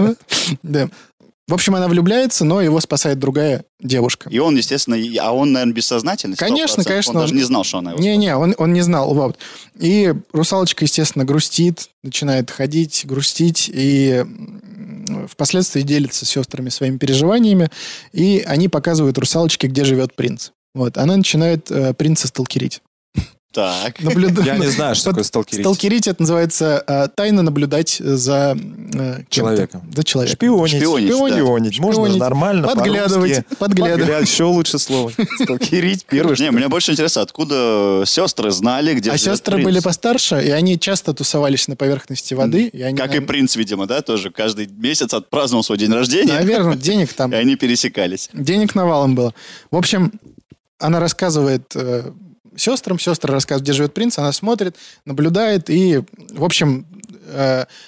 Да. В общем, она влюбляется, но его спасает другая девушка. И он, естественно, и- а он, наверное, бессознательный. сто Конечно, процентов. конечно, Он даже он- не знал, что она его Не-не, он, он не знал. Вот. И русалочка, естественно, грустит, начинает ходить, грустить, и м, впоследствии делится с сестрами своими переживаниями, и они показывают русалочке, где живет принц. Вот. Она начинает э, принца сталкерить. Так. Наблюда- Я не знаю, что Под- такое сталкерить. Сталкерить — это называется э, тайно наблюдать за э, кем-то. Человеком. За человеком. Шпионить. Шпионить, да. Шпионить. Можно Шпионить. нормально, Подглядывать, по-русски. подглядывать. Подглядывать. Еще лучше слово. Сталкерить первый. Не, мне больше интересно, откуда сестры знали, где А живет сестры принц. были постарше, и они часто тусовались на поверхности воды. И они, Как и наверное, принц, видимо, да, тоже каждый месяц отпраздновал свой день рождения, Наверное, денег там. и они пересекались. Денег навалом было. В общем, она рассказывает э, сестрам, сестры рассказывают, где живет принц, она смотрит, наблюдает, и, в общем, э,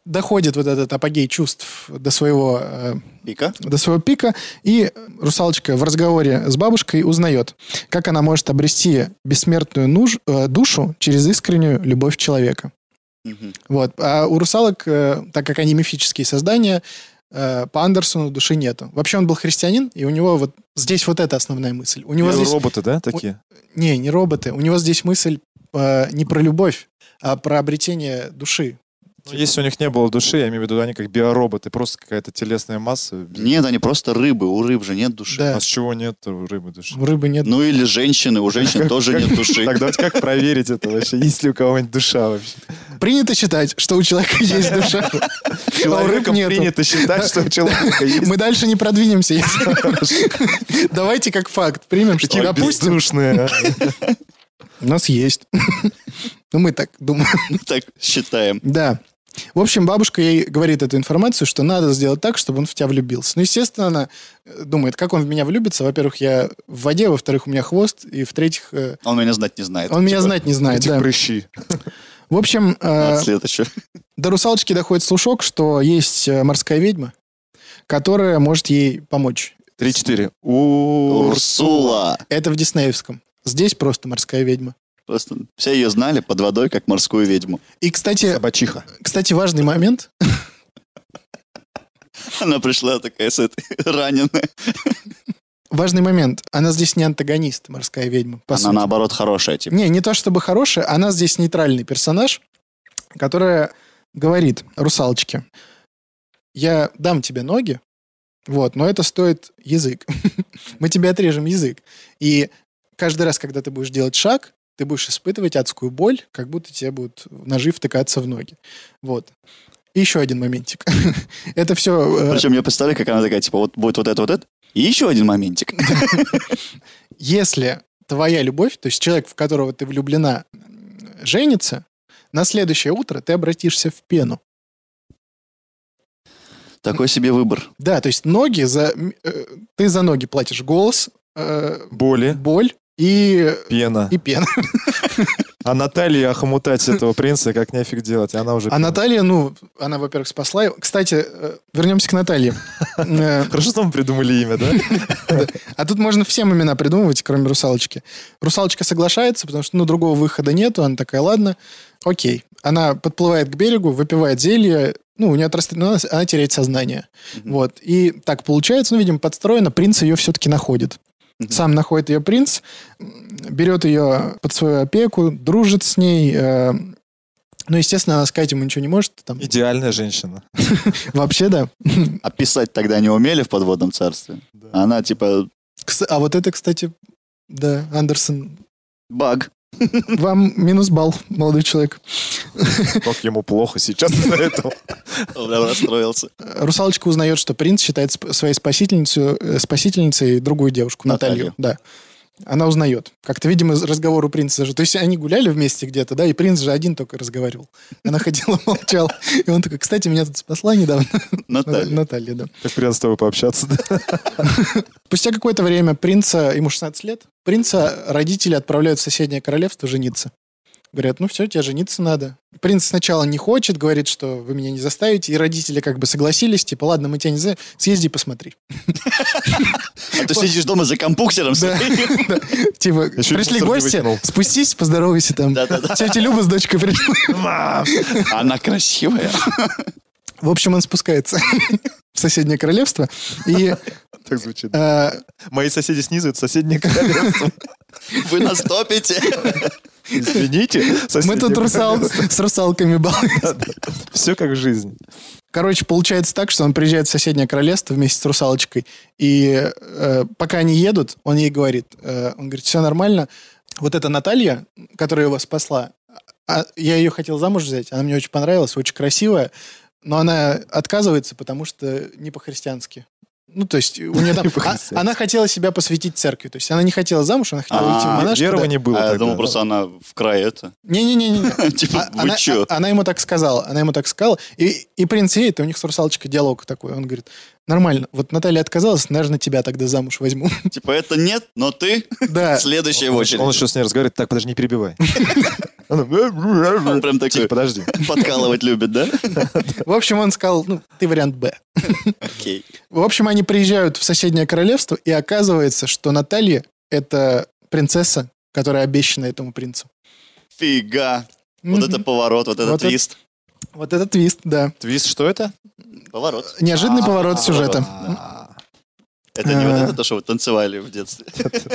доходит вот этот апогей чувств до своего, э, Пика? до своего пика, и русалочка в разговоре с бабушкой узнает, как она может обрести бессмертную нуж, э, душу через искреннюю любовь человека. Мгм. Вот. А у русалок, э, так как они мифические создания, э, по Андерсону души нету. Вообще он был христианин, и у него вот здесь вот эта основная мысль. У него И здесь... роботы, да, такие? Не, не роботы. У него здесь мысль э, не про любовь, а про обретение души. Ну, если у них не было души, я имею в виду, они как биороботы, просто какая-то телесная масса. Нет, они просто рыбы. У рыб же нет души. Да. А с чего нет у рыбы души? У рыбы нет. Ну или женщины. У женщин тоже нет души. Тогда вот как проверить это вообще? Есть ли у кого-нибудь душа вообще? Принято считать, что у человека есть душа, а у рыб Человеком нету. принято считать, что у человека есть. Мы дальше не продвинемся. если- Давайте как факт примем, что, Какие допустим, бездушные. а. у нас есть. Ну, мы так думаем. Так считаем. Да. В общем, бабушка ей говорит эту информацию, что надо сделать так, чтобы он в тебя влюбился. Ну, естественно, она э, думает, как он в меня влюбится. Во-первых, я в воде, во-вторых, у меня хвост, и в-третьих, э, Он меня знать не знает. он меня Типа, знать не знает. Эти Да. прыщи. В общем, э, пятнадцать лет еще. до русалочки доходит слушок, что есть э, морская ведьма, которая может ей помочь. Три-четыре. У Урсула. Это в диснеевском. Здесь просто морская ведьма. Просто все ее знали под водой, как морскую ведьму. И, кстати, Собачиха. кстати, важный момент. Она пришла такая с этой раненая. Важный момент. Она здесь не антагонист, морская ведьма. По Она сути. наоборот хорошая, типа. Не, не то чтобы хорошая, она здесь нейтральный персонаж, которая говорит русалочке: я дам тебе ноги, вот, но это стоит язык. Мы тебе отрежем язык. И каждый раз, когда ты будешь делать шаг, ты будешь испытывать адскую боль, как будто тебе будут ножи втыкаться в ноги. Вот. И еще один моментик. Это все... Причем я представляю, как она такая, типа, вот будет вот это, вот это. И еще один моментик. Если твоя любовь, то есть человек, в которого ты влюблена, женится, на следующее утро ты обратишься в пену. Такой себе выбор. Да, то есть ноги за... э, ты за ноги платишь голос, э, Боли. боль и, Пена. и пена. А Наталья охомутать этого принца как нефиг делать. и Она уже... А Наталья, ну, она, во-первых, спасла его. Кстати, э, вернемся к Наталье. Э, Хорошо, что мы придумали имя, да? А тут можно всем имена придумывать, кроме русалочки. Русалочка соглашается, потому что, ну, другого выхода нету. Она такая, ладно, окей. Она подплывает к берегу, выпивает зелье. Ну, у нее отрастает, ну, она, она теряет сознание. Вот. И так получается, ну, видимо, подстроено. Принц ее все-таки находит. Сам находит ее принц, м, берет ее под свою опеку, дружит с ней. э, Ну, естественно, она сказать ему ничего не может. Там, Идеальная женщина. вообще, да. А писать тогда не умели в подводном царстве. Она, типа, Кс- А вот это, кстати, да, Андерсон, баг. вам минус балл, молодой человек. Как ему плохо сейчас из-за этого. Он прям расстроился. Русалочка узнает, что принц считает сп- своей спасительницей, э, спасительницей другую девушку, Наталью. Наталью. Да. Она узнает. Как-то, видимо, из- разговор у принца же. То есть они гуляли вместе где-то, да, и принц же один только разговаривал. Она ходила, молчала. И он такой, кстати, меня тут спасла недавно. Наталья. Наталья, да. Как приятно с тобой пообщаться. да. Спустя какое-то время принца, ему шестнадцать лет, принца родители отправляют в соседнее королевство жениться. Говорят, ну все, тебе жениться надо. Принц сначала не хочет, говорит, что вы меня не заставите, и родители как бы согласились, типа, ладно, мы тебя не знаем, съезди посмотри. А ты сидишь дома за компьютером. Да, да. Типа, Еще и пришли мусор не гости, выкинул. спустись, поздоровайся там. Да-да-да. Тетя Люба с дочкой пришла. Она красивая. В общем, он спускается в соседнее королевство, и Так звучит. э, Мои соседи снизу — это соседнее королевство. Вы нас топите. Извините. мы тут русал, с русалками балуемся. Все как жизнь. Короче, получается так, что он приезжает в соседнее королевство вместе с русалочкой, и э, пока они едут, он ей говорит, э, он говорит, все нормально, вот эта Наталья, которая его спасла, а, я ее хотел замуж взять, она мне очень понравилась, очень красивая, но она отказывается, потому что не по-христиански. Ну, то есть, у нее там... Не а- по-христиански. она хотела себя посвятить церкви. То есть, она не хотела замуж, она хотела А, идти в монашество. Верование было А я тогда. думал, просто она в крае это. Не-не-не. Типа, вы она, чё? она ему так сказала. Она ему так сказала. И, и принц едет, и у них с русалочкой диалог такой. Он говорит, нормально. Вот Наталья отказалась, наверное, тебя тогда замуж возьму. Типа, это нет, но ты Да. следующая в Он очередь. еще с ней разговаривает. Так, подожди, не перебивай. Он прям такой Тихо, подожди. подкалывать любит, да? В общем, он сказал, ну, ты вариант Б. Окей. В общем, они приезжают в соседнее королевство, и оказывается, что Наталья — это принцесса, которая обещана этому принцу. Фига. Вот Мгм. это поворот, вот это Вот это- твист. Вот это твист, да. Твист, что это? Поворот. Неожиданный А, поворот сюжета. А, Это не вот А. это то, что вы танцевали в детстве.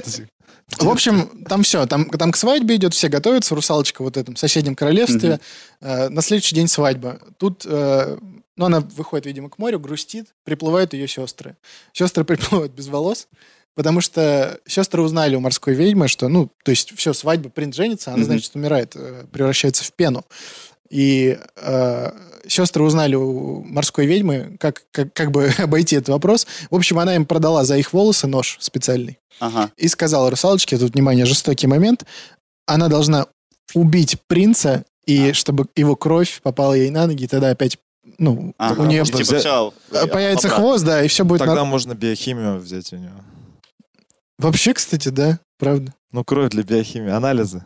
В общем, там все. Там, там к свадьбе идет, все готовятся. Русалочка вот в этом соседнем королевстве. Э, на следующий день свадьба. Тут, э, ну, она выходит, видимо, к морю, грустит. Приплывают ее сестры. Сестры приплывают без волос. Потому что сестры узнали у морской ведьмы, что, ну, то есть, все, свадьба, принц женится, она, Мгм. значит, умирает, э, превращается в пену. И э, сестры узнали у морской ведьмы, как, как, как бы обойти этот вопрос. В общем, она им продала за их волосы нож специальный. Ага. И сказала русалочке, тут, внимание, жестокий момент, она должна убить принца, и чтобы его кровь попала ей на ноги, и тогда опять, ну, Ага. у нее И типа взять- всё, появится поправ- хвост, да, и все будет... Тогда нар- можно биохимию взять у него. Вообще, кстати, да, правда. Ну, кровь для биохимии, анализы.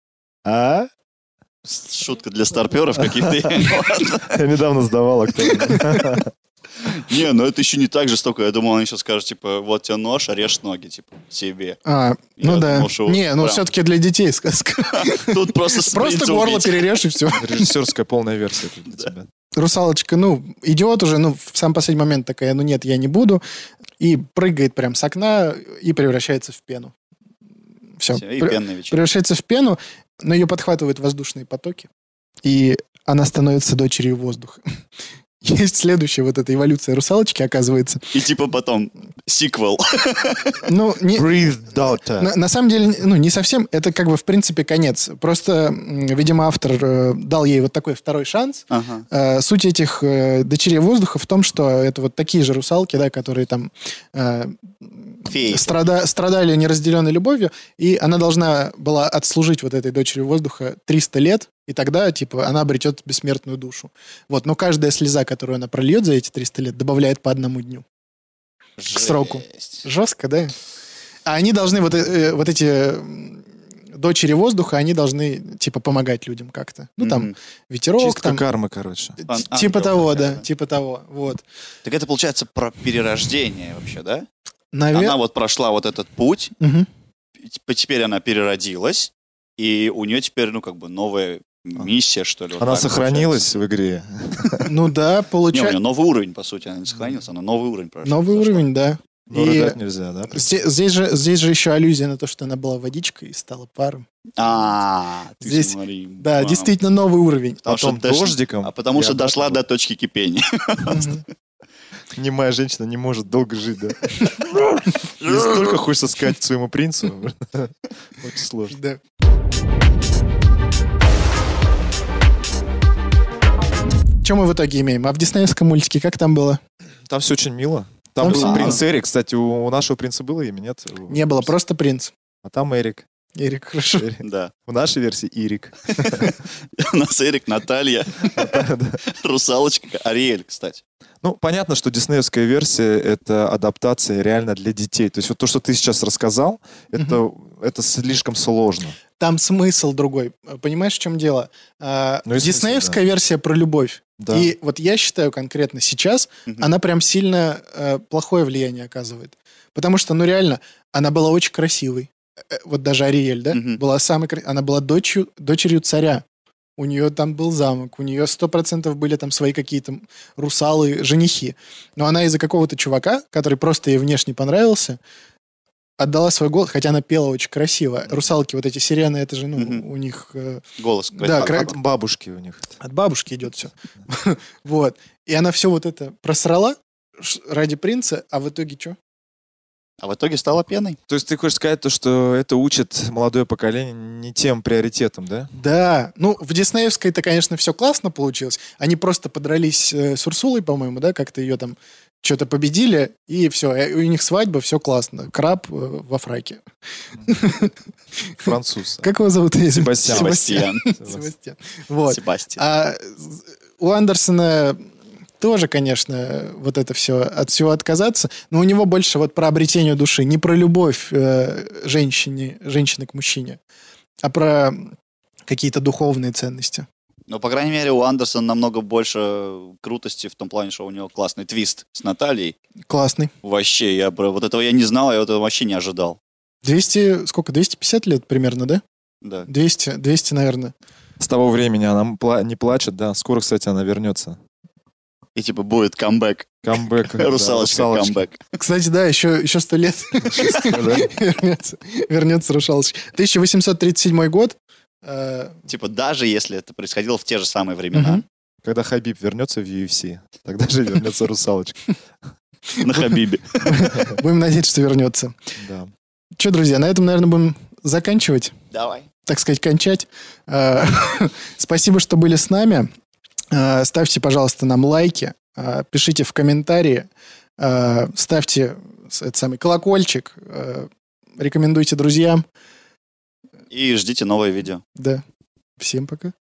А? Шутка для старперов каких-то. Я недавно сдавал актуально. Не, ну это еще не так жестоко. Я думал, они сейчас скажут, типа, вот тебе нож, а режь ноги, типа, себе. А, Я ну да. думал, что вот Не, ну прям- все-таки для детей сказка. Тут просто с Просто принца горло убить. перережь, и все. Режиссерская полная версия тут для тебя. Русалочка, ну, идет уже, ну, в самый последний момент такая, ну нет, я не буду. И прыгает прям с окна и превращается в пену. Все. Всё, и пенный вечер. Превращается в пену, но ее подхватывают воздушные потоки. И она становится дочерью воздуха. Есть следующая вот эта эволюция русалочки, оказывается. И типа потом сиквел. Ну, не, Breathe, daughter. на, на самом деле, ну, не совсем. Это как бы, в принципе, конец. Просто, м, видимо, автор э, дал ей вот такой второй шанс. Ага. Э, суть этих э, дочерей воздуха в том, что это вот такие же русалки, да, которые там э, Феи. страда- страдали неразделенной любовью, и она должна была отслужить вот этой дочери воздуха триста лет, и тогда, типа, она обретет бессмертную душу. Вот, но каждая слеза, которую она прольет за эти триста лет, добавляет по одному дню. К сроку. Жесть. Жестко, да? А они должны, вот, э, вот эти м, дочери воздуха, они должны, типа, помогать людям как-то. Ну, там, Мгм. ветерок, Чистка там... кармы, короче. т- Ан- Типа ангел того, такая, да, да. типа того, вот. Так это получается про перерождение вообще, да? Наверное... Она вот прошла вот этот путь, типа, теперь она переродилась, и у нее теперь, ну, как бы новая миссия, что ли. вот Она так сохранилась в игре. Ну да, получается. Не, у получается... нее новый уровень, по сути, она не сохранилась, она новый уровень прошла. Новый зашла. уровень, да. Но И рыдать нельзя, да? здесь, здесь же, здесь же еще аллюзия на то, что она была водичкой и стала паром. А, ты Здесь- смотри. Да, вау. действительно новый уровень. Потому что Потом дош- дождиком. А потому и что дошла обратно. до точки кипения. Мгм. Немая женщина не может долго жить, да? Ей столько хочется сказать своему принцу. Очень сложно. Да. Что мы в итоге имеем? А в диснеевском мультике как там было? Там все очень мило. Там Там был всё принц Эрик. Кстати, у у нашего принца было имя, нет? Не было, просто принц. А там Эрик. Эрик, хорошо. Эрик. Да. В нашей версии Ирик. У нас Эрик, Наталья, русалочка, Ариэль, кстати. Ну, понятно, что диснеевская версия — это адаптация реально для детей. То есть вот то, что ты сейчас рассказал, это, это слишком сложно. Там смысл другой. Понимаешь, в чем дело? А, Ну, есть смысл, диснеевская версия про любовь. Да. И вот я считаю конкретно сейчас, Мгм. она прям сильно э, плохое влияние оказывает. Потому что, ну реально, она была очень красивой. Э, Вот даже Ариэль, да? Мгм. Была самой кра- Она была дочерью, дочерью царя. У нее там был замок, у нее сто процентов были там свои какие-то русалы, женихи. Но она из-за какого-то чувака, который просто ей внешне понравился, отдала свой голос, хотя она пела очень красиво. Русалки, вот эти сирены, это же, ну, Мгм. у них э, Голос. Да, От- кра- от бабушки у них. от бабушки идет все. Вот. И она все вот это просрала ш- ради принца, а в итоге что? А в итоге стала пеной. То есть ты хочешь сказать то, что это учит молодое поколение не тем приоритетом, да? Да, ну, в диснеевской это, конечно, все классно получилось. Они просто подрались э, с Урсулой, по-моему, да, как-то ее там что-то победили, и все, у них свадьба, все классно. Краб э, во фраке. Француз. Как его зовут? Себастьян. Себастьян. Себастьян. Вот. Себастьян. А з- у Андерсона тоже, конечно, вот это все, от всего отказаться, но у него больше вот про обретение души, не про любовь э, женщине, женщины к мужчине, а про какие-то духовные ценности. Ну, по крайней мере, у Андерсона намного больше крутости в том плане, что у него классный твист с Натальей. Классный. Вообще, я про- вот этого я не знал, я этого вообще не ожидал. двести, сколько, двести пятьдесят лет примерно, да? Да. двести, двести, наверное. С того времени она пла- не плачет, да. Скоро, кстати, она вернется. И типа будет камбэк. Камбэк. да, Русалочка русалочка. камбэк. Кстати, да, еще, еще сто лет вернется, вернется русалочка. тысяча восемьсот тридцать седьмой год. э, Типа даже если это происходило в те же самые времена. Мгм. Когда Хабиб вернется в ю эф си, тогда же вернется русалочка. На Хабибе. Будем надеяться, что вернется. Да. Че, друзья, на этом, наверное, будем заканчивать. Давай. Так сказать, кончать. Э, Спасибо, что были с нами. Э, Ставьте, пожалуйста, нам лайки, э, пишите в комментарии, э, ставьте с- этот самый колокольчик, э, рекомендуйте друзьям. И ждите новое видео. Да. Всем пока.